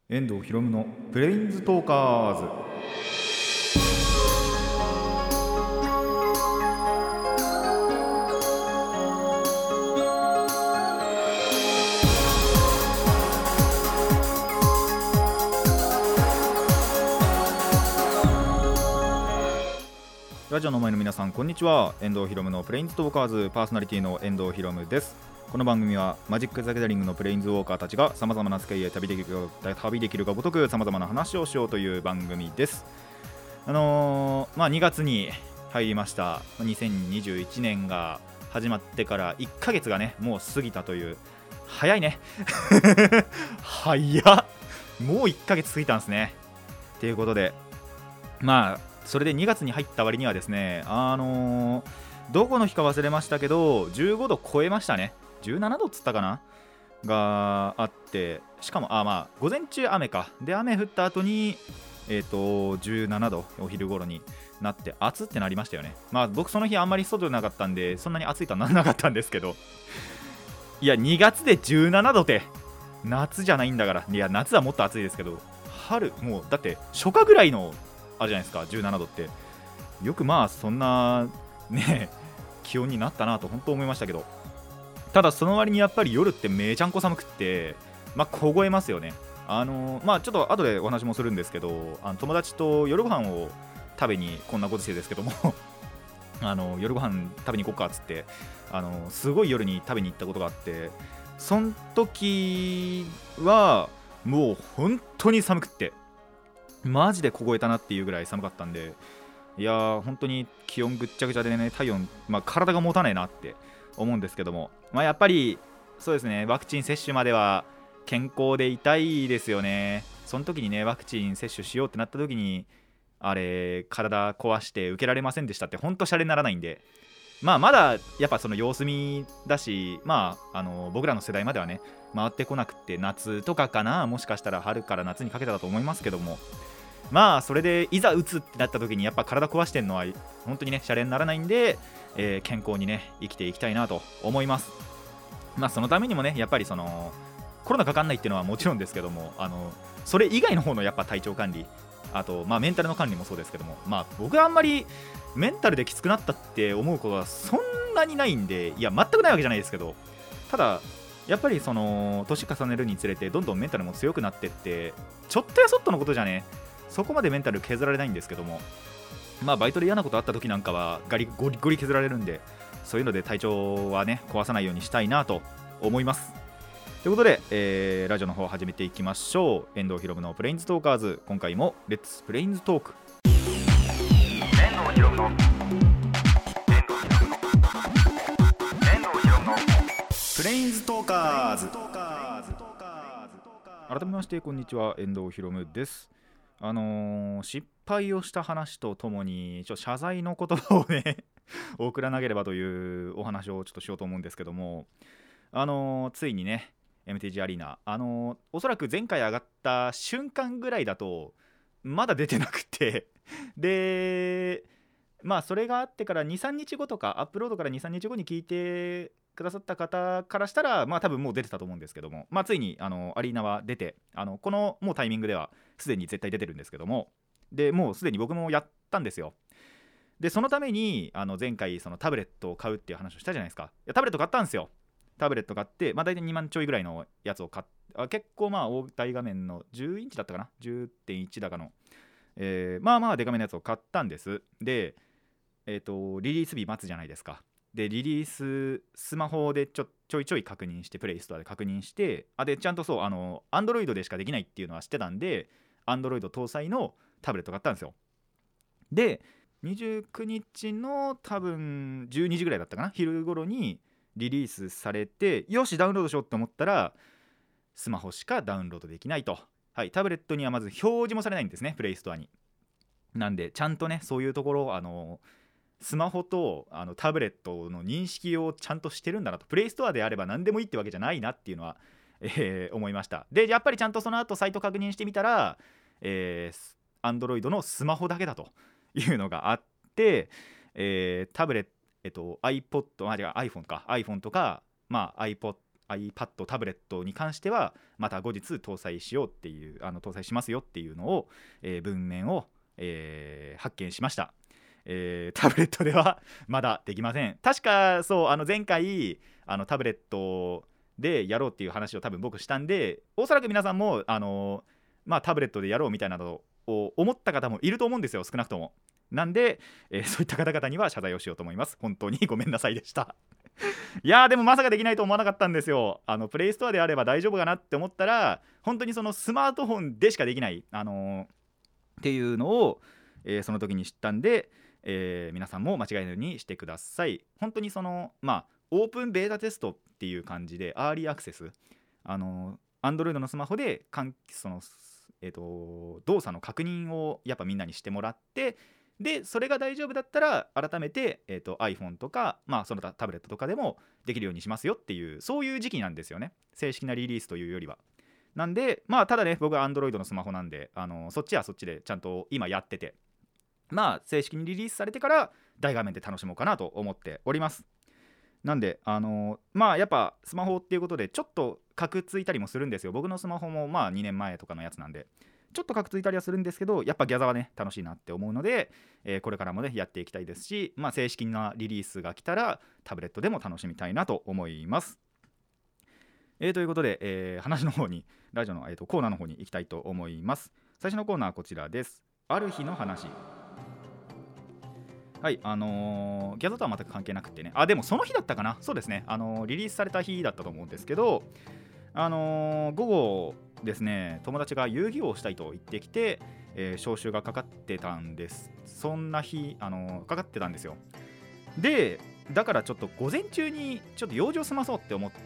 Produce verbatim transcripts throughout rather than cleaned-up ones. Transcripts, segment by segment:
遠藤ひろむのプレインズトーカーズ。ラジオの前の皆さんこんにちは。遠藤ひろむのプレインズトーカーズパーソナリティの遠藤ひろむです。この番組はマジック・ザ・ギャザリングのプレインズウォーカーたちがさまざまな世界へ旅できる旅できるがごとくさまざまな話をしようという番組です。あのー、まあにがつに入りました。にせんにじゅういちねんが始まってからいっかげつがねもう過ぎたという。早いね早っ、もういっかげつ過ぎたんですね。ということで、まあそれでにがつに入った割にはですね、あのー、どこの日か忘れましたけどじゅうごど超えましたね。じゅうななどっつったかながあって、しかもあまあ午前中雨かで、雨降った後にえっ、ー、とじゅうななどお昼頃になって暑ってなりましたよね。まあ僕その日あんまり外でなかったんでそんなに暑いとはならなかったんですけど、いやにがつでじゅうななどって夏じゃないんだから。いや夏はもっと暑いですけど、春もうだって初夏ぐらいのあるじゃないですか。じゅうななどってよくまあそんなね気温になったなと本当思いましたけど、ただその割にやっぱり夜ってめちゃんこ寒くって、まあ凍えますよね。あのー、まあちょっと後でお話もするんですけど、あの友達と夜ご飯を食べに、こんなご時世ですけどもあの夜ご飯食べに行こうかっつって、あのすごい夜に食べに行ったことがあって、その時はもう本当に寒くってマジで凍えたなっていうぐらい寒かったんで、いやー本当に気温ぐっちゃぐちゃでね、体温、まあ、体が持たないなって思うんですけども、まあ、やっぱりそうですね、ワクチン接種までは健康でいたいですよね。その時にねワクチン接種しようってなった時にあれ体壊して受けられませんでしたって本当シャレにならないんで、まあまだやっぱその様子見だし、まああの僕らの世代まではね回ってこなくって、夏とかかな、もしかしたら春から夏にかけてだと思いますけども、まあそれでいざ打つってなった時にやっぱ体壊してんのは本当にねシャレにならないんで、えー、健康にね生きていきたいなと思います。まあそのためにもねやっぱりそのコロナかかんないっていうのはもちろんですけども、あのそれ以外の方のやっぱ体調管理、あとまあメンタルの管理もそうですけども、まあ僕はあんまりメンタルできつくなったって思うことはそんなにないんで、いや全くないわけじゃないですけど、ただやっぱりその年重ねるにつれてどんどんメンタルも強くなってって、ちょっとやそっとのことじゃねそこまでメンタル削られないんですけども、まあバイトで嫌なことあった時なんかはガリゴリゴリ削られるんで、そういうので体調はね壊さないようにしたいなと思います。ということで、えー、ラジオの方始めていきましょう。遠藤ひろむのプレインズトーカーズ、今回もレッツプレインズトーク。遠藤ひろむのプレインズトーカーズ。改めましてこんにちは、遠藤ひろむです。あのー、失敗をした話とともにちょ謝罪の言葉をね送らなければというお話をちょっとしようと思うんですけども、あのー、ついにね エムティージー アリーナ、あのー、おそらく前回上がった瞬間ぐらいだとまだ出てなくてでまあそれがあってから にさんにちごとか、アップロードから にさんにちごに聞いてくださった方からしたらまあ多分もう出てたと思うんですけども、まあついにあのアリーナは出て、あのこのもうタイミングではすでに絶対出てるんですけども、でもうすでに僕もやったんですよ。でそのためにあの前回そのタブレットを買うっていう話をしたじゃないですか。いやタブレット買ったんですよ。タブレット買って、まあ、大体にまんちょいぐらいのやつを買って、あ結構まあ大大画面のじゅうインチだったかな、 じゅうてんいち だかの、えー、まあまあデカめのやつを買ったんです。でえっ、ー、とリリース日待つじゃないですか。でリリーススマホでちょちょいちょい確認して、プレイストアで確認して、あでちゃんとそうあの Android でしかできないっていうのは知ってたんで Android 搭載のタブレット買ったんですよ。でにじゅうくにちの多分じゅうにじぐらいだったかな、昼頃にリリースされて、よしダウンロードしようって思ったらスマホしかダウンロードできないと。はい、タブレットにはまず表示もされないんですね、プレイストアに。なんでちゃんとねそういうところあのスマホとあのタブレットの認識をちゃんとしてるんだなと、プレイストアであれば何でもいいってわけじゃないなっていうのは、えー思いました。でやっぱりちゃんとその後サイト確認してみたら、えー、Android のスマホだけだというのがあって、えー、タブレット、えっと、iPod、あ、違う iPhone か iPhone とか、まあ、iPod iPad タブレットに関してはまた後日搭載しようっていうあの搭載しますよっていうのを、えー、文面を、えー、発見しました。えー、タブレットではまだできません。確かそうあの前回あのタブレットでやろうっていう話を多分僕したんで、おそらく皆さんもあの、まあ、タブレットでやろうみたいなのを思った方もいると思うんですよ、少なくとも。なんで、えー、そういった方々には謝罪をしようと思います。本当にごめんなさいでしたいやーでもまさかできないと思わなかったんですよ。あのプレイストアであれば大丈夫かなって思ったら、本当にそのスマートフォンでしかできない、あのー、っていうのを、えー、その時に知ったんで、えー、皆さんも間違えないようにしてください。本当にそのまあオープンベータテストっていう感じでアーリーアクセス、あの Android のスマホでかんその、えーと、動作の確認をやっぱみんなにしてもらって、でそれが大丈夫だったら改めて、えーと、iPhone とか、まあ、その他タブレットとかでもできるようにしますよっていう、そういう時期なんですよね、正式なリリースというよりは。なんでまあただね、僕は Android のスマホなんで、あのそっちはそっちでちゃんと今やってて、まあ正式にリリースされてから大画面で楽しもうかなと思っております。なんであのー、まあやっぱスマホっていうことでちょっとカクついたりもするんですよ。僕のスマホもまあにねんまえとかのやつなんでちょっとカクついたりはするんですけど、やっぱギャザはね楽しいなって思うので、えー、これからもねやっていきたいですし、まあ正式なリリースが来たらタブレットでも楽しみたいなと思います。えー、ということで、えー、話の方にラジオの、えーと、コーナーの方に行きたいと思います。最初のコーナーはこちらです。ある日の話。はい、あのー、ギャザとは全く関係なくてね、あでもその日だったかな、そうですね、あのー、リリースされた日だったと思うんですけど、あのー、午後ですね、友達が遊戯王をしたいと言ってきて、えー、招集がかかってたんです。そんな日、あのー、かかってたんですよ。でだからちょっと午前中にちょっと用事を済まそうって思って、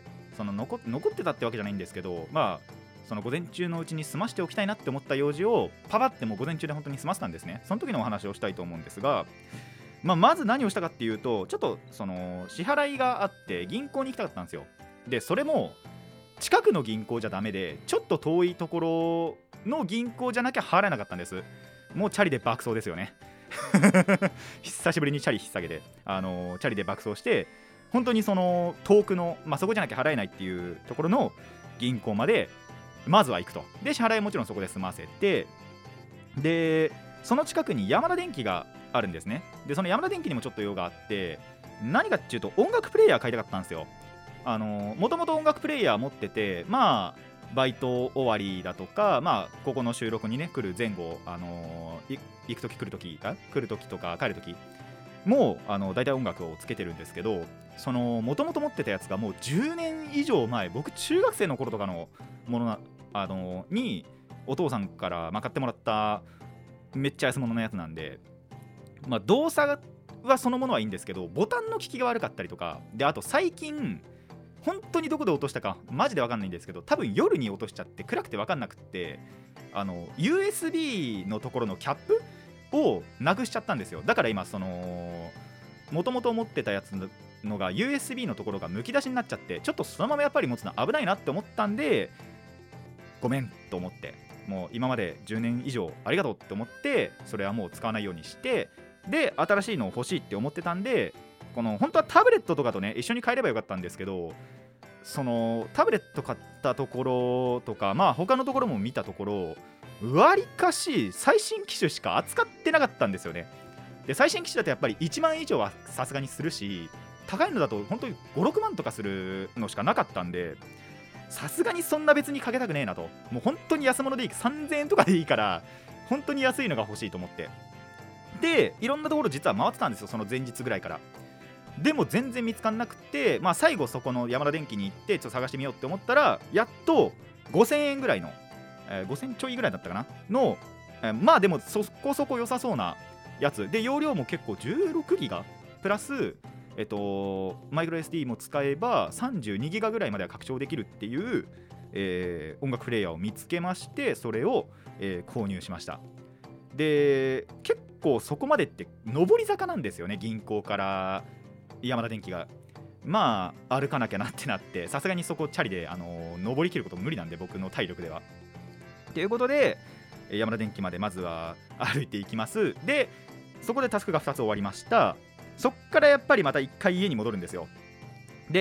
その 残, 残ってたってわけじゃないんですけど、まあその午前中のうちに済ましておきたいなって思った用事をパパってもう午前中で本当に済ませたんですね。その時のお話をしたいと思うんですが、まあ、まず何をしたかっていうと、ちょっとその支払いがあって銀行に行きたかったんですよ。でそれも近くの銀行じゃダメで、ちょっと遠いところの銀行じゃなきゃ払えなかったんです。もうチャリで爆走ですよね久しぶりにチャリ引っ提げて、あのー、チャリで爆走して、本当にその遠くの、まあ、そこじゃなきゃ払えないっていうところの銀行までまずは行くと。で支払いもちろんそこで済ませて、でその近くにヤマダ電機があるんですね。でそのヤマダ電機にもちょっと用があって、何かっていうと音楽プレイヤー買いたかったんですよ。あのもともと音楽プレイヤー持ってて、まあバイト終わりだとか、まあここの収録にね来る前後、あのー、行く時来る時あ来る時とか帰る時もうあの大体音楽をつけてるんですけど、そのもともと持ってたやつがもうじゅうねん以上前、僕中学生の頃とかのものなあのにお父さんから買ってもらっためっちゃ安物のやつなんで、まあ、動作はそのものはいいんですけど、ボタンの効きが悪かったりとかで、あと最近本当にどこで落としたかマジで分かんないんですけど、多分夜に落としちゃって暗くて分かんなくって、あの ユーエスビー のところのキャップをなくしちゃったんですよ。だから今そのもともと持ってたやつのが ユーエスビー のところがむき出しになっちゃって、ちょっとそのままやっぱり持つの危ないなって思ったんで、ごめんと思って、もう今までじゅうねん以上ありがとうって思って、それはもう使わないようにして、で新しいのを欲しいって思ってたんで、この本当はタブレットとかとね一緒に買えればよかったんですけど、そのタブレット買ったところとか、まあ他のところも見たところ、わりかし最新機種しか扱ってなかったんですよね。で最新機種だとやっぱりいちまんえん以上はさすがにするし、高いのだと本当にご、ろくまんとかするのしかなかったんで、さすがにそんな別にかけたくねえなと。もう本当に安物でいい、さんぜんえんとかでいいから本当に安いのが欲しいと思って、でいろんなところ実は回ってたんですよ、その前日ぐらいから。でも全然見つかんなくて、まあ、最後そこのヤマダ電機に行ってちょっと探してみようって思ったら、やっとごせんえんぐらいの、えー、ごせんちょいぐらいだったかなの、えー、まあでもそこそこ良さそうなやつで、容量も結構じゅうろくギガプラス、えっと、マイクロ エスディー も使えばさんじゅうにギガぐらいまでは拡張できるっていう、えー、音楽プレイヤーを見つけまして、それを、えー、購入しました。で結構そこまでって上り坂なんですよね、銀行からヤマダ電機が。まあ歩かなきゃなってなって、さすがにそこチャリで、あのー、登りきることも無理なんで、僕の体力では。ということでヤマダ電機までまずは歩いていきます。でそこでタスクがふたつ終わりました。そっからやっぱりまたいっかい家に戻るんですよ。で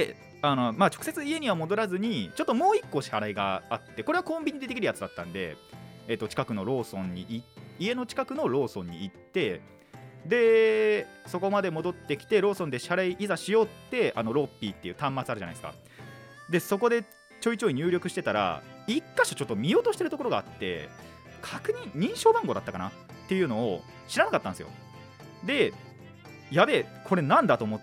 あの、まあ、直接家には戻らずにちょっともういっこ支払いがあって、これはコンビニでできるやつだったんで、えー、と近くのローソンにい家の近くのローソンに行って、でそこまで戻ってきてローソンで支払いいざしようって、あのロッピーっていう端末あるじゃないですか。でそこでちょいちょい入力してたらいっ箇所ちょっと見落としてるところがあって、確認認証番号だったかなっていうのを知らなかったんですよ。でやべえこれなんだと思って、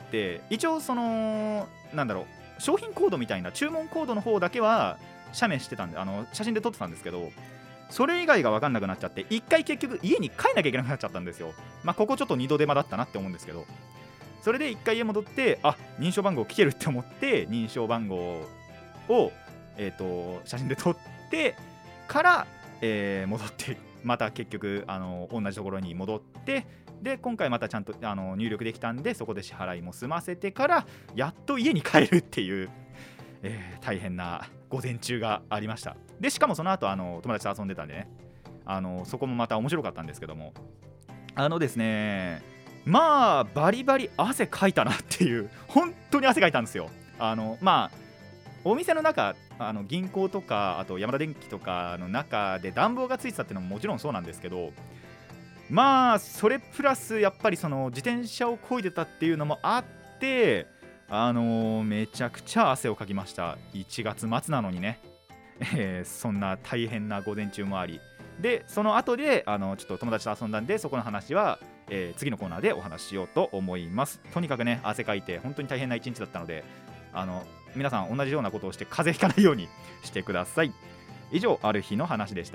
一応そのなんだろう商品コードみたいな注文コードの方だけは写メしてたんで、あの写真で撮ってたんですけど、それ以外が分かんなくなっちゃって、一回結局家に帰んなきゃいけなくなっちゃったんですよ。まあここちょっと二度手間だったなって思うんですけど、それで一回家戻って、あ認証番号来てるって思って認証番号を、えー、と写真で撮ってから、えー戻ってまた結局あの同じところに戻って、で今回またちゃんとあの入力できたんで、そこで支払いも済ませてからやっと家に帰るっていう、えー大変な午前中がありました。でしかもその後あの友達と遊んでたんでね、あのそこもまた面白かったんですけども、あのですねまあバリバリ汗かいたなっていう、本当に汗かいたんですよ。あのまあお店の中、あの銀行とかあとヤマダ電機とかの中で暖房がついてたっていうのももちろんそうなんですけど、まあそれプラスやっぱりその自転車を漕いでたっていうのもあって、あのーめちゃくちゃ汗をかきました。いちがつ末なのにね、えーそんな大変な午前中もあり、でその後であのちょっと友達と遊んだんで、そこの話は、えー次のコーナーでお話ししようと思います。とにかくね汗かいて本当に大変な一日だったので、あの皆さん同じようなことをして風邪ひかないようにしてください。以上ある日の話でした。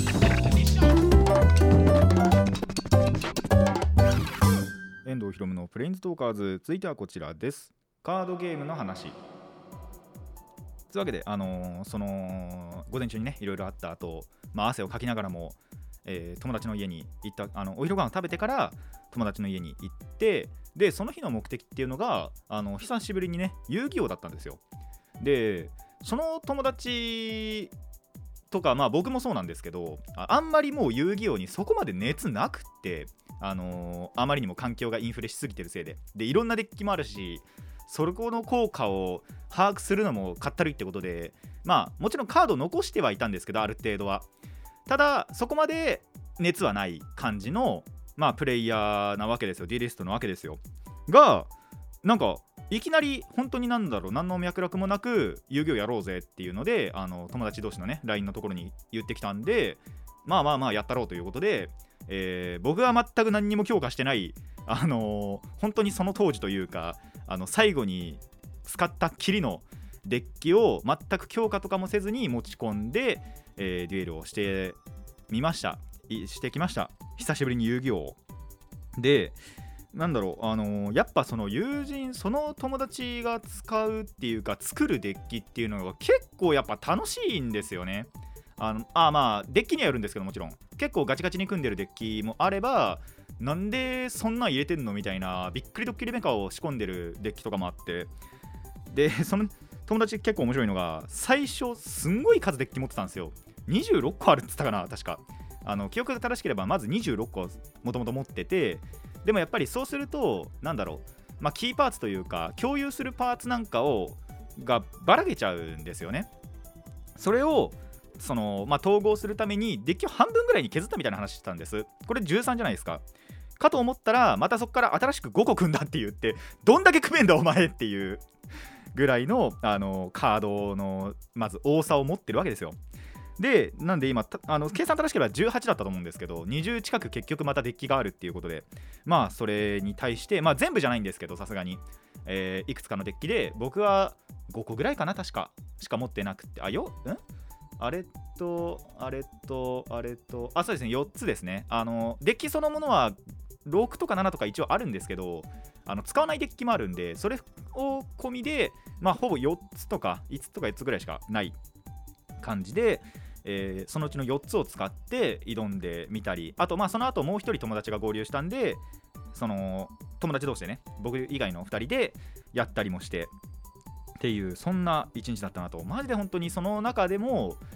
遠藤ひろむのプレインズトーカーズ、続いてはこちらです。カードゲームの話。というわけで、あのーその午前中にねいろいろあった後、まあ汗をかきながらも、えー友達の家に行った、あのお昼ご飯を食べてから友達の家に行って、でその日の目的っていうのが、あの久しぶりにね遊戯王だったんですよ。でその友達とか、まあ僕もそうなんですけど、ああんまりもう遊戯王にそこまで熱なくって、あのーあまりにも環境がインフレしすぎてるせいで、でいろんなデッキもあるし、そこの効果を把握するのもかったるいってことで、まあもちろんカード残してはいたんですけど、ある程度は。ただそこまで熱はない感じの、まあプレイヤーなわけですよ。ディリストなわけですよ。がなんかいきなり本当になんだろう、何の脈絡もなく遊戯王やろうぜっていうので、あの友達同士のね ライン のところに言ってきたんで、まあまあまあやったろうということで、えー僕は全く何にも強化してない、あのー本当にその当時というか、あの最後に使ったっきりのデッキを全く強化とかもせずに持ち込んで、えーデュエルをしてみましたいしてきました。久しぶりに遊戯王で、なんだろう、あのーやっぱその友人、その友達が使うっていうか作るデッキっていうのが結構やっぱ楽しいんですよね。あのあまあデッキにはよるんですけど、もちろん結構ガチガチに組んでるデッキもあれば、なんでそんなん入れてんのみたいなびっくりドッキリメカを仕込んでるデッキとかもあって、でその友達結構面白いのが、最初すんごい数デッキ持ってたんですよ。にじゅうろっこあるって言ったかな、確か。あの記憶が正しければまずにじゅうろっこもともと持ってて、でもやっぱりそうするとなんだろう、まあ、キーパーツというか共有するパーツなんかをがばらけちゃうんですよね。それをその、まあ、統合するためにデッキを半分ぐらいに削ったみたいな話してたんです。これじゅうさんじゃないですか。かと思ったらまたそこから新しくごこ組んだって言って、どんだけ組めんだお前っていうぐらいの、あのカードのまず多さを持ってるわけですよ。でなんで今あの計算正しければじゅうはちだったと思うんですけど、にじゅう近く結局またデッキがあるっていうことで、まあそれに対して、まあ全部じゃないんですけど、さすがに、えーいくつかのデッキで僕はごこぐらいかな確かしか持ってなくて、あよんあれとあれとあれとあそうですねよっつですね。あのデッキそのものはろくとかななとか一応あるんですけど、あの使わないデッキもあるんで、それを込みでまあほぼよっつとかいつつとかよっつぐらいしかない感じで、えーそのうちのよっつを使って挑んでみたり、あとまあその後もう一人友達が合流したんで、その友達同士でね、僕以外のふたりでやったりもしてっていう、そんな一日だったなと。マジで本当にその中でも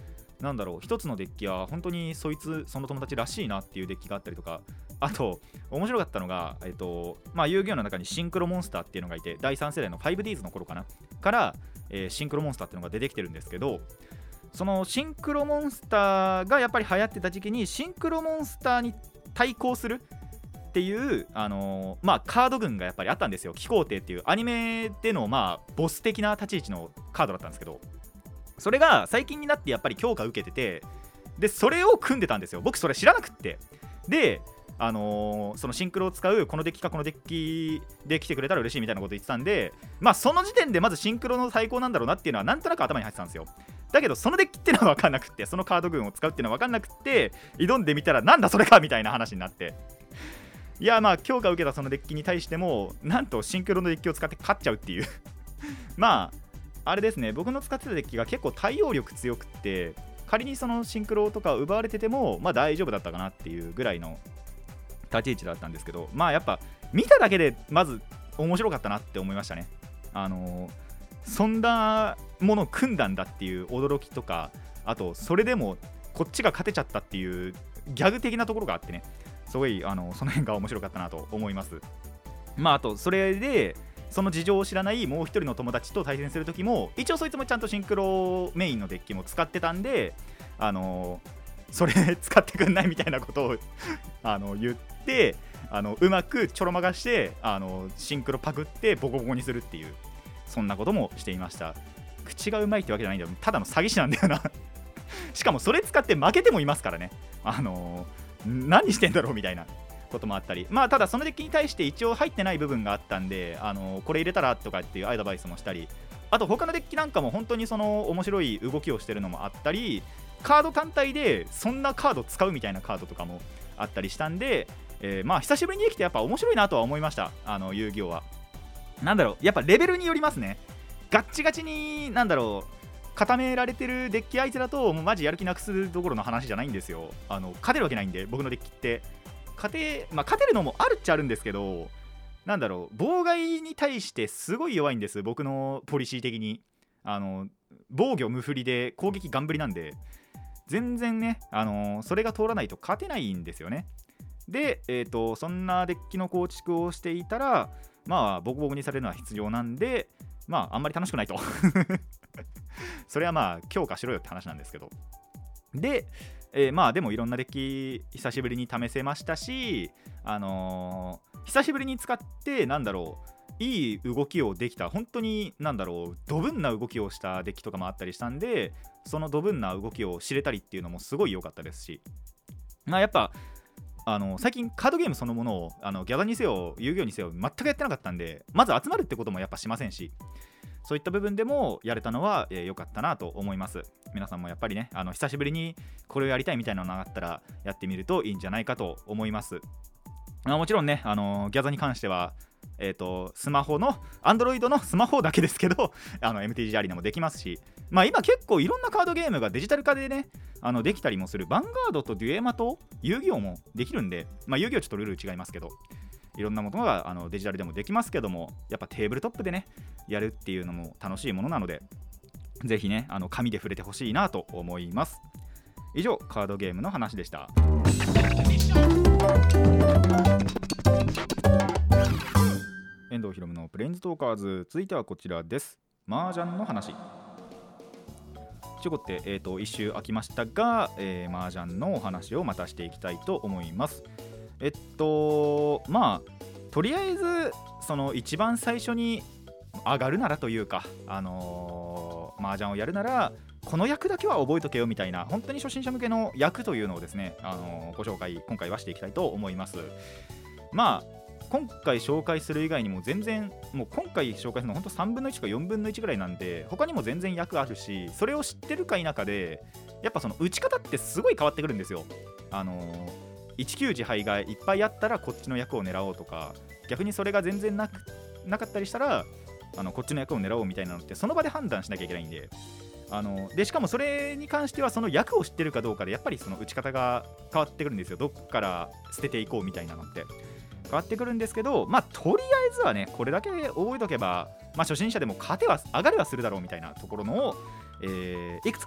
なんだろう、一つのデッキは本当にそいつその友達らしいなっていうデッキがあったりとか、あと面白かったのが、えっとまあ、遊戯王の中にシンクロモンスターっていうのがいて、だいさん世代の ファイブディーズ の頃かなから、えー、シンクロモンスターっていうのが出てきてるんですけど、そのシンクロモンスターがやっぱり流行ってた時期にシンクロモンスターに対抗するっていう、あのーまあ、カード群がやっぱりあったんですよ。飛行艇っていうアニメでの、まあ、ボス的な立ち位置のカードだったんですけど、それが最近になってやっぱり強化受けてて、でそれを組んでたんですよ。僕それ知らなくって、であのーそのシンクロを使うこのデッキかこのデッキで来てくれたら嬉しいみたいなこと言ってたんで、まあその時点でまずシンクロの最高なんだろうなっていうのはなんとなく頭に入ってたんですよ。だけどそのデッキってのは分かんなくって、そのカード群を使うっていうのは分かんなくって、挑んでみたらなんだそれかみたいな話になって、いやまあ強化受けたそのデッキに対してもなんとシンクロのデッキを使って勝っちゃうっていうまああれですね、僕の使ってたデッキが結構対応力強くって、仮にそのシンクロとか奪われててもまあ大丈夫だったかなっていうぐらいの立ち位置だったんですけど、まあやっぱ見ただけでまず面白かったなって思いましたね。あのー、そんなものを組んだんだっていう驚きとか、あとそれでもこっちが勝てちゃったっていうギャグ的なところがあってね、すごいあのその辺が面白かったなと思います。まああとそれでその事情を知らないもう一人の友達と対戦するときも一応そいつもちゃんとシンクロメインのデッキも使ってたんで、あのーそれ使ってくんないみたいなことをあの言って、あのうまくちょろまがしてあのシンクロパクってボコボコにするっていう、そんなこともしていました。口がうまいってわけじゃないんだよ、ただの詐欺師なんだよなしかもそれ使って負けてもいますからね、あのー、何してんだろうみたいなこともあったり、まあただそのデッキに対して一応入ってない部分があったんで、あのー、これ入れたらとかっていうアドバイスもしたり、あと他のデッキなんかも本当にその面白い動きをしてるのもあったり、カード単体でそんなカード使うみたいなカードとかもあったりしたんで、えー、まあ久しぶりにできてやっぱ面白いなとは思いました。あの遊戯王はなんだろう、やっぱレベルによりますね。ガッチガチになんだろう固められてるデッキ相手だともうマジやる気なくすどころの話じゃないんですよ。あの勝てるわけないんで、僕のデッキって勝て、まあ、勝てるのもあるっちゃあるんですけど、なんだろう、妨害に対してすごい弱いんです、僕のポリシー的に。あの防御無振りで攻撃ガンブリなんで、全然ね、あのー、それが通らないと勝てないんですよね。で、えーと、そんなデッキの構築をしていたら、まあボコボコにされるのは必要なんで、まああんまり楽しくないとそれはまあ強化しろよって話なんですけど、で、えー、まあでもいろんなデッキ久しぶりに試せましたし、あのー、久しぶりに使ってなんだろういい動きをできた、本当になんだろうドブンな動きをしたデッキとかもあったりしたんで、そのドブンな動きを知れたりっていうのもすごい良かったですし、まあやっぱあの最近カードゲームそのものをあのギャザにせよ遊戯王にせよ全くやってなかったんで、まず集まるってこともやっぱしませんし、そういった部分でもやれたのは良、えー、かったなと思います。皆さんもやっぱりね、あの久しぶりにこれをやりたいみたいなのがあったらやってみるといいんじゃないかと思います。まあ、もちろんね、あのギャザに関してはえーと、スマホの Android のスマホだけですけどあの エムティージー アリーナもできますし、まあ今結構いろんなカードゲームがデジタル化でねあのできたりもする。ヴァンガードとデュエマと遊戯王もできるんで、まあ遊戯王ちょっとルール違いますけど、いろんなものがあのデジタルでもできますけども、やっぱテーブルトップでねやるっていうのも楽しいものなので、ぜひねあの紙で触れてほしいなと思います。以上カードゲームの話でした。遠藤ひろむのプレインズトーカーズ、続いてはこちらです。麻雀の話。ちょこって、えー、と一周空きましたが、えー、麻雀のお話をまたしていきたいと思います。えっとまあとりあえずその一番最初に上がるならというか、あのー、麻雀をやるならこの役だけは覚えとけよみたいな、本当に初心者向けの役というのをですね、あのー、ご紹介今回はしていきたいと思います。まあ今回紹介する以外にも全然もう今回紹介するのほんとさんぶんのいちかよんぶんのいちぐらいなんで、他にも全然役あるし、それを知ってるか否かでやっぱその打ち方ってすごい変わってくるんですよ。あのー、いちきゅう自敗がいっぱいあったらこっちの役を狙おうとか、逆にそれが全然なくなかったりしたらあのこっちの役を狙おうみたいなのってその場で判断しなきゃいけないんで、あのでしかもそれに関してはその役を知ってるかどうかでやっぱりその打ち方が変わってくるんですよ。どっから捨てていこうみたいなのって変わってくるんですけど、まあとりあえずはねこれだけ覚えとけば、まあ、初心者でも勝ては上がれはするだろうみたいなところのを、えー、いくつか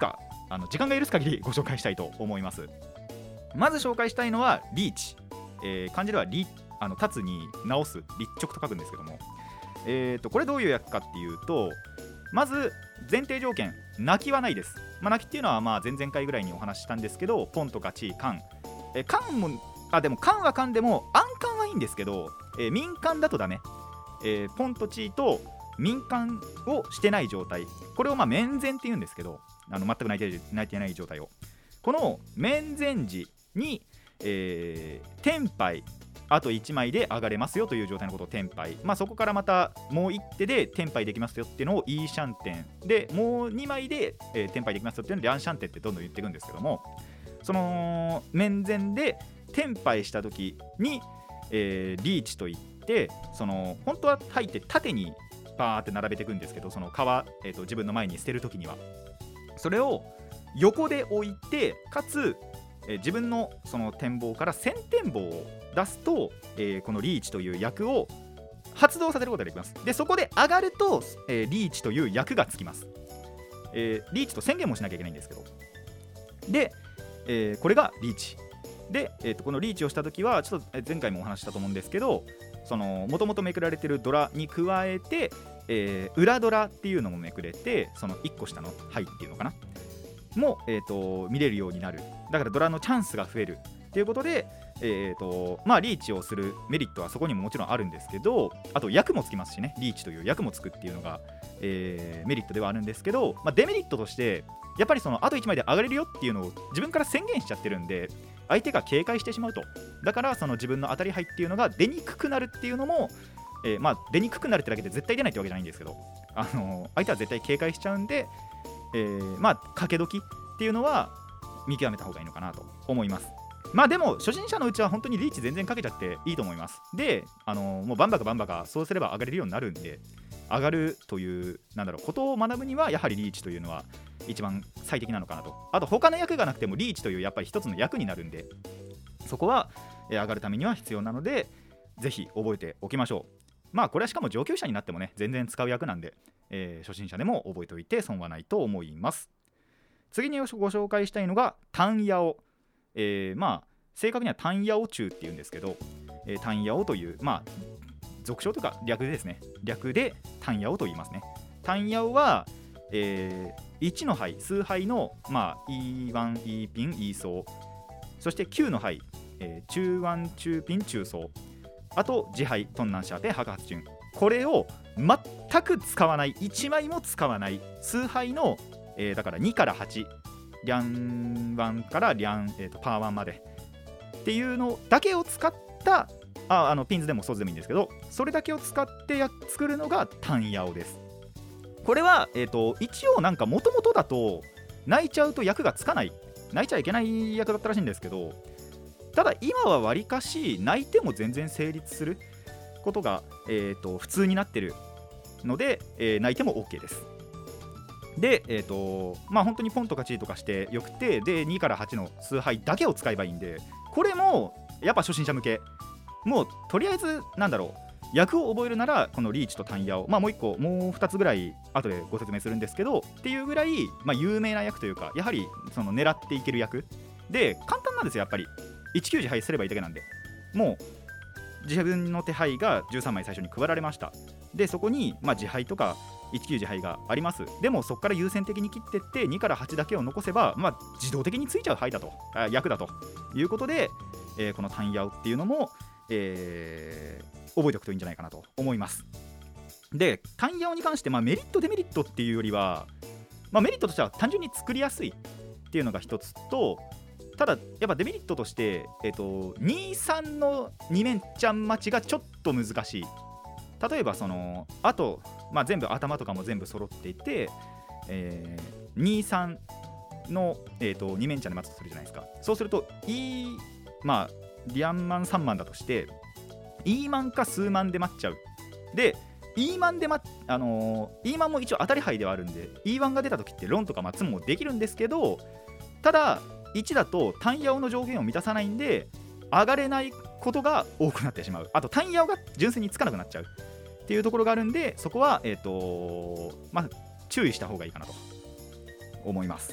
あの時間が許す限りご紹介したいと思います。まず紹介したいのはリーチ、えー、漢字ではリあの立つに直す、立直と書くんですけども、えー、とこれどういう役かっていうと、まず前提条件、泣きはないです。まあ、泣きっていうのはまあ前々回ぐらいにお話ししたんですけど、ポンとかチー、カン、えー、カンもあでもカンはカンでもアンカンはいいんですけど、えー、民間だとダメ、えー、ポンとチーと民間をしてない状態、これをまあ面前っていうんですけど、あの全く泣いて泣いてない状態を、この面前時に、えー、天杯あといちまいで上がれますよという状態のことを天杯、まあ、そこからまたもういち手で天杯できますよっていうのをイーシャンテンで、もうにまいで、えー、天杯できますよっていうのをリャンシャンテンってどんどん言っていくんですけども、その面前で天杯した時に、えー、リーチといって、その本当は入って縦にパーって並べていくんですけど、その皮、えー、と自分の前に捨てる時にはそれを横で置いて、かつ、えー、自分のその展望から先天棒を出すと、えー、このリーチという役を発動させることができます。でそこで上がると、えー、リーチという役がつきます。えー、リーチと宣言もしなきゃいけないんですけど、で、えー、これがリーチで、えー、とこのリーチをしたときはちょっと前回もお話したと思うんですけど、もともとめくられてるドラに加えて、えー、裏ドラっていうのもめくれて、そのいっこ下のハイっていうのかなも、えー、と見れるようになる。だからドラのチャンスが増えるっていうことで、えーとまあ、リーチをするメリットはそこにももちろんあるんですけど、あと役もつきますしね、リーチという役もつくっていうのが、えー、メリットではあるんですけど、まあ、デメリットとしてやっぱりそのあといちまいで上がれるよっていうのを自分から宣言しちゃってるんで、相手が警戒してしまうと。だからその自分の当たり牌っていうのが出にくくなるっていうのも、えー、まあ出にくくなるってだけで絶対出ないってわけじゃないんですけど、あのー、相手は絶対警戒しちゃうんで、えー、まあ賭け時っていうのは見極めた方がいいのかなと思います。まあでも初心者のうちは本当にリーチ全然かけちゃっていいと思います。で、あのー、もうバンバカバンバカそうすれば上がれるようになるんで、上がるというなんだろうことを学ぶにはやはりリーチというのは一番最適なのかなと。あと他の役がなくてもリーチというやっぱり一つの役になるんで、そこは上がるためには必要なのでぜひ覚えておきましょう。まあこれはしかも上級者になってもね全然使う役なんで、えー、初心者でも覚えておいて損はないと思います。次にご紹介したいのがタンヤオ、えー、まあ正確にはタンヤオ中っていうんですけど、えー、タンヤオというまあ俗称というか略ですね、略でタンヤオと言いますね。タンヤオは、えー、いちの牌、数牌の、まあ、イーワン、イーピン、イーソー、そしてきゅうの牌、えー、中ワン、中ピン、中ソー、あと自牌、トンナンシャーペン、白髪チュン、これを全く使わない、いちまいも使わない数牌の、えー、だからにからはち、リャンワンからリャン、えー、とパーワンまでっていうのだけを使ったああのピンズでもソーズでもいいんですけど、それだけを使ってや作るのがタンヤオです。これは、えー、と一応なんかもともとだと泣いちゃうと役がつかない、泣いちゃいけない役だったらしいんですけど、ただ今はわりかし泣いても全然成立することが、えー、と普通になってるので、えー、泣いても OK です。で、えーとまあ、本当にポンとかチーとかしてよくて、でにからはちの数牌だけを使えばいいんで、これもやっぱ初心者向け、もうとりあえずなんだろう役を覚えるならこのリーチとタンヤオ、まあもういっこもうふたつぐらい後でご説明するんですけどっていうぐらい、まあ、有名な役というか、やはりその狙っていける役で簡単なんですよ。やっぱりいちきゅう自敗すればいいだけなんで、もう自分の手牌がじゅうさんまい最初に配られました。でそこにまあ自敗とかいちきゅう自敗があります。でもそこから優先的に切ってってにからはちだけを残せば、まあ、自動的についちゃう牌だとあ役だということで、えー、このタンヤオっていうのもえー、覚えておくといいんじゃないかなと思います。でタンヤオに関して、まあ、メリットデメリットっていうよりは、まあ、メリットとしては単純に作りやすいっていうのが一つと、ただやっぱデメリットとして、えー、とにさんのに面ちゃん待ちがちょっと難しい。例えばそのあと、まあ、全部頭とかも全部揃っていて、えー、にさんの、えー、とに面ちゃんで待つとするじゃないですか。そうするといいまあリアンマンさんマンだとして イー マンか数万で待っちゃう。で イー マンで、まあのー、イー マンも一応当たり牌ではあるんで イーワン が出た時ってロンとか待つもできるんですけど、ただいちだとタンヤオの条件を満たさないんで上がれないことが多くなってしまう。あとタンヤオが純粋につかなくなっちゃうっていうところがあるんで、そこは、えーとまあ、注意した方がいいかなと思います。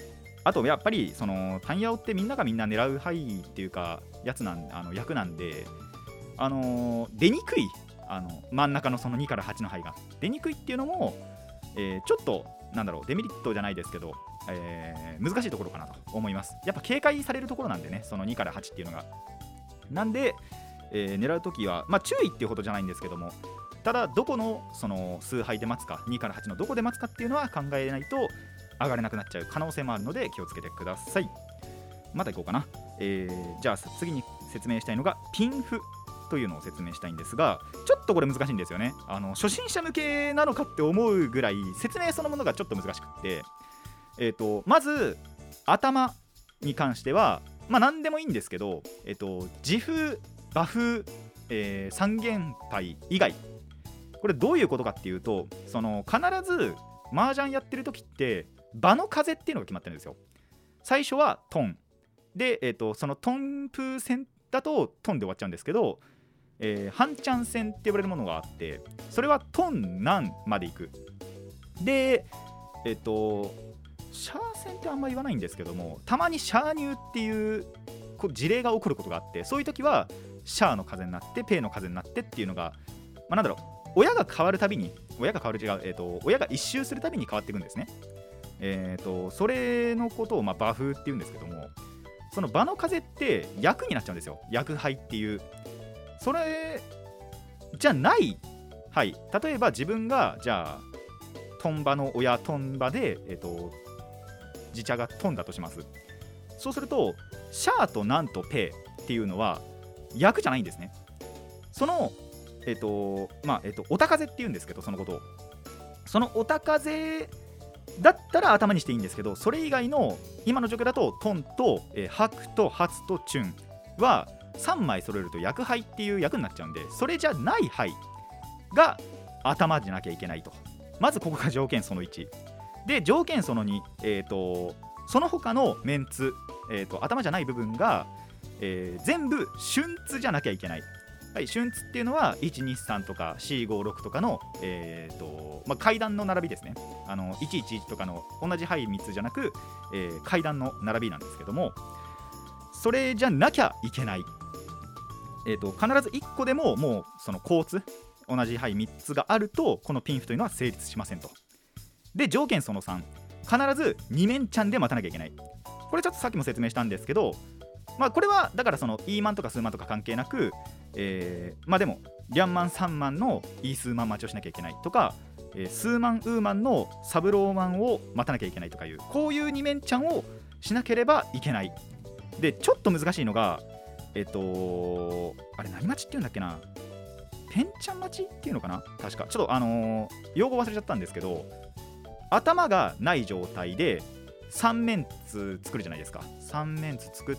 あとやっぱりその単ヤオってみんながみんな狙う牌っていうかやつなんあの役なんで、あのー、出にくい、あの真ん中のそのにからはちの牌が出にくいっていうのも、えー、ちょっとなんだろうデメリットじゃないですけど、えー、難しいところかなと思います。やっぱ警戒されるところなんでね、そのにからはちっていうのが。なんで、えー、狙うときは、まあ、注意っていうほどじゃないんですけども、ただどこのその数牌で待つか、にからはちのどこで待つかっていうのは考えないと上がれなくなっちゃう可能性もあるので気をつけてください。また行こうかな。えー、じゃあ次に説明したいのがピンフというのを説明したいんですが、ちょっとこれ難しいんですよね。あの初心者向けなのかって思うぐらい説明そのものがちょっと難しくって、えーと、まず頭に関しては、まあ何でもいいんですけど、えーと、自風、馬風、えー、三元牌以外、これどういうことかっていうと、その必ず麻雀やってる時って場の風っていうのが決まってるんですよ。最初はトンで、えーと、そのトン風戦だとトンで終わっちゃうんですけど、えー、半チャン戦って呼ばれるものがあって、それはトンナンまでいく。で、えっとシャー戦ってあんま言わないんですけども、たまにシャー入っていう事例が起こることがあって、そういう時はシャーの風になってペイの風になってっていうのが、まあ、なんだろう、親が変わるたびに親が変わる違う、えー、と親が一周するたびに変わっていくんですね。えー、とそれのことをまあ馬風っていうんですけども、その場の風って役になっちゃうんですよ。役配っていう、それじゃない、はい、例えば自分がじゃあトンバの親トンバで、えー、と自茶がトンだとします。そうするとシャーとナンとペイっていうのは役じゃないんですね。そのえっ、ー、とまあえっ、ー、とおた風っていうんですけど、そのことをそのおた風だったら頭にしていいんですけど、それ以外の今の状況だとトンと、えー、白と発とチュンはさんまい揃えると役配っていう役になっちゃうんで、それじゃない牌が頭じゃなきゃいけないと。まずここが条件そのいちで、条件そのに、えー、とその他のメンツ、えー、と頭じゃない部分が、えー、全部春ツじゃなきゃいけない。はい、春ツっていうのはいちにさんとかよんごろくとかの、えーとまあ、階段の並びですね。あのいちいちいちとかの同じ牌みっつじゃなく、えー、階段の並びなんですけども、それじゃなきゃいけない。えーと必ずいっこでももうその交通同じ牌みっつがあるとこのピンフというのは成立しませんと。で条件そのさん、必ずに面ちゃんで待たなきゃいけない。これちょっとさっきも説明したんですけど、まあこれはだからそのイーマンとか数万とか関係なく、えー、まあでもリャンマンさんマンのイー数万待ちをしなきゃいけないとか、えー、数万ウーマンのサブローマンを待たなきゃいけないとかいう、こういうに面ちゃんをしなければいけない。でちょっと難しいのが、えっとあれ何待ちっていうんだっけな、ペンチャン待ちっていうのかな、確かちょっとあのー、用語忘れちゃったんですけど、頭がない状態でさん面つ作るじゃないですか。さん面つ作って、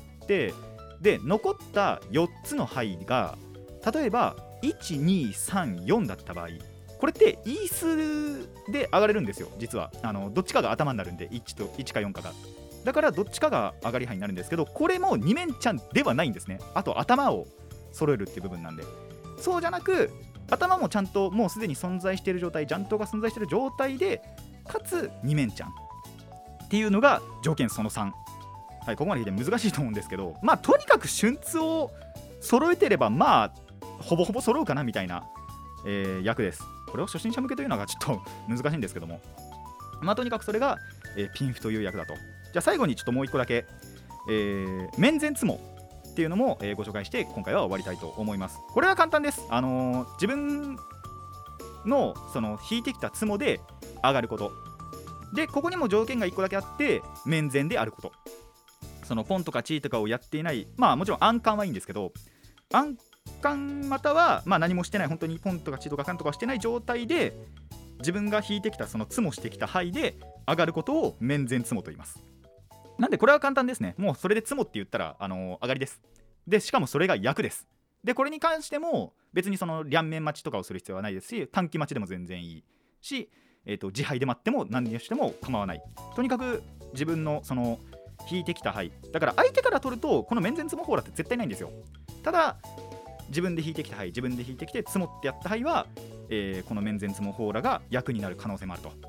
で残ったよっつの牌が例えばいちにさんよんだった場合、これってイースで上がれるんですよ。実はあのどっちかが頭になるんで、いちといちかよんかが、だからどっちかが上がり牌になるんですけど、これもに面ちゃんではないんですね。あと頭を揃えるっていう部分なんで、そうじゃなく頭もちゃんともうすでに存在している状態、ジャントが存在している状態でかつに面ちゃんっていうのが条件そのさん。はい、ここまで聞いて難しいと思うんですけど、まあとにかく春ツを揃えてればまあほぼほぼ揃うかなみたいな、えー、役です。これを初心者向けというのがちょっと難しいんですけども、まあとにかくそれが、えー、ピンフという役だと。じゃあ最後にちょっともう一個だけ、えー、面前ツモっていうのも、えー、ご紹介して今回は終わりたいと思います。これは簡単です。あのー、自分のその引いてきたツモで上がることで、ここにも条件がいっこだけあって、面前であること。そのポンとかチーとかをやっていない、まあもちろん暗冠はいいんですけど、暗冠またはまあ何もしてない、本当にポンとかチーとかカンとかしてない状態で自分が引いてきたそのツモしてきた牌で上がることを面前ツモと言います。なんでこれは簡単ですね。もうそれでツモって言ったら、あのー、上がりです。でしかもそれが役です。でこれに関しても別にその両面待ちとかをする必要はないですし、短期待ちでも全然いいし、えーと自敗で待っても何にしても構わない。とにかく自分のその引いてきた牌だから、相手から取るとこの面前ツモホーラって絶対ないんですよ。ただ自分で引いてきた牌、自分で引いてきてツモってやった牌は、えー、この面前ツモホーラが役になる可能性もあると。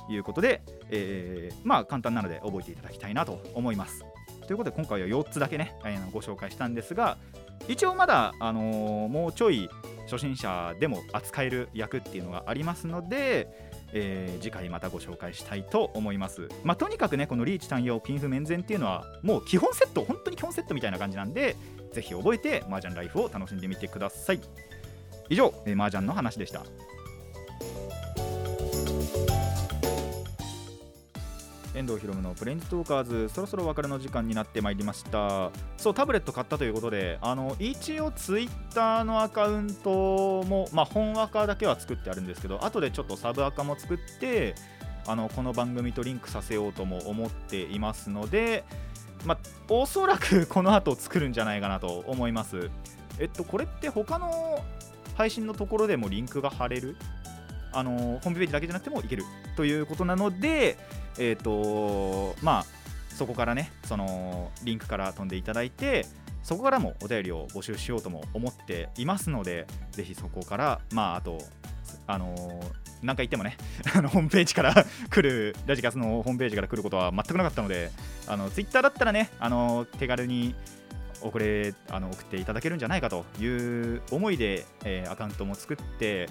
いうことで、えー、まあ簡単なので覚えていただきたいなと思います。ということで今回はよっつだけね、えー、ご紹介したんですが、一応まだ、あのー、もうちょい初心者でも扱える役っていうのがありますので、えー、次回またご紹介したいと思います。まあ、とにかくねこのリーチ単用ピンフ面前っていうのはもう基本セット、本当に基本セットみたいな感じなんで、ぜひ覚えて麻雀ライフを楽しんでみてください。以上、えー、麻雀の話でした。遠藤ひろむのプレインズトーカーズ、そろそろお別れの時間になってまいりました。そう、タブレット買ったということで、あの一応ツイッターのアカウントも、まあ、本アカだけは作ってあるんですけど、後でちょっとサブアカも作って、あのこの番組とリンクさせようとも思っていますので、まあ、おそらくこの後作るんじゃないかなと思います。えっとこれって他の配信のところでもリンクが貼れる、あのホームページだけじゃなくてもいけるということなので、えーとまあ、そこからね、そのリンクから飛んでいただいて、そこからもお便りを募集しようとも思っていますので、ぜひそこから、まあ、あと、あのー、何回言ってもねあのホームページから来る、ラジカスのホームページから来ることは全くなかったので、あのツイッターだったらね、あの手軽に送れあの送っていただけるんじゃないかという思いで、えー、アカウントも作って、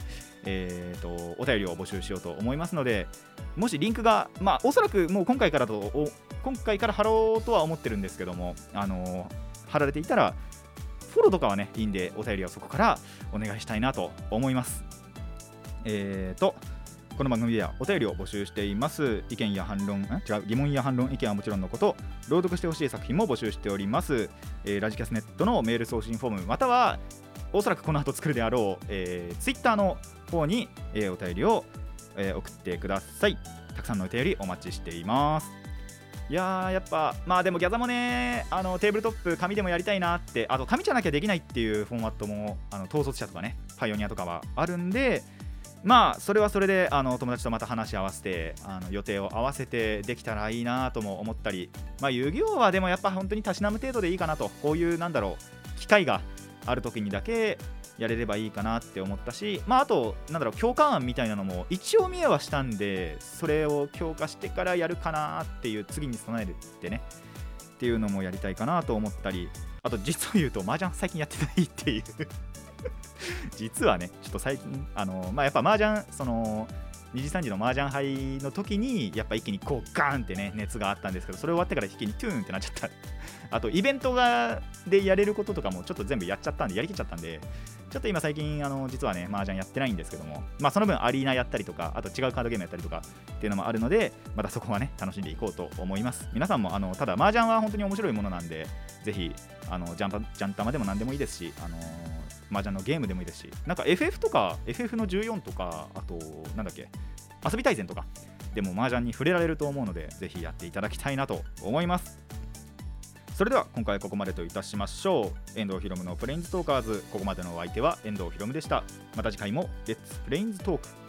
えー、とお便りを募集しようと思いますので、もしリンクが、まあ、おそらくもう今回からと今回から貼ろうとは思ってるんですけども、あの貼られていたらフォローとかはねいいんで、お便りはそこからお願いしたいなと思います。えーとこの番組ではお便りを募集しています。意見や反論、違う疑問や反論、意見はもちろんのこと、朗読してほしい作品も募集しております。えー、ラジキャスネットのメール送信フォーム、またはおそらくこの後作るであろう、えー、ツイッターの方に、えー、お便りを、えー、送ってください。たくさんのお便りお待ちしています。いやーやっぱまあでもギャザもね、あのテーブルトップ紙でもやりたいなって、あと紙じゃなきゃできないっていうフォーマットも、あの統率者とかね、パイオニアとかはあるんで、まあそれはそれであの友達とまた話し合わせて、あの予定を合わせてできたらいいなとも思ったり、まあ遊戯王はでもやっぱ本当にたしなむ程度でいいかなと、こういうなんだろう機会がある時にだけやれればいいかなって思ったし、まああとなんだろう強化案みたいなのも一応見えはしたんで、それを強化してからやるかなっていう、次に備えるってねっていうのもやりたいかなと思ったり、あと実を言うと麻雀最近やってないっていう実はね、ちょっと最近あのまあやっぱ麻雀そのにじさんじの麻雀杯の時にやっぱ一気にこうガーンってね熱があったんですけど、それ終わってから一気にトゥーンってなっちゃったあとイベントがでやれることとかもちょっと全部やっちゃったんで、やりきっちゃったんで、ちょっと今最近あの実はね麻雀やってないんですけども、まあその分アリーナやったりとか、あと違うカードゲームやったりとかっていうのもあるので、またそこはね楽しんでいこうと思います。皆さんもあのただ麻雀は本当に面白いものなんで、ぜひあのジャンパジャンタマでも何でもいいですし、あの麻雀のゲームでもいいですし、なんか エフエフ とか エフエフ のじゅうよんとか、あとなんだっけ遊び大全とかでも麻雀に触れられると思うので、ぜひやっていただきたいなと思います。それでは今回はここまでといたしましょう。遠藤ひろむのプレインズトーカーズ、ここまでのお相手は遠藤ひろむでした。また次回もレッツプレインズトーク。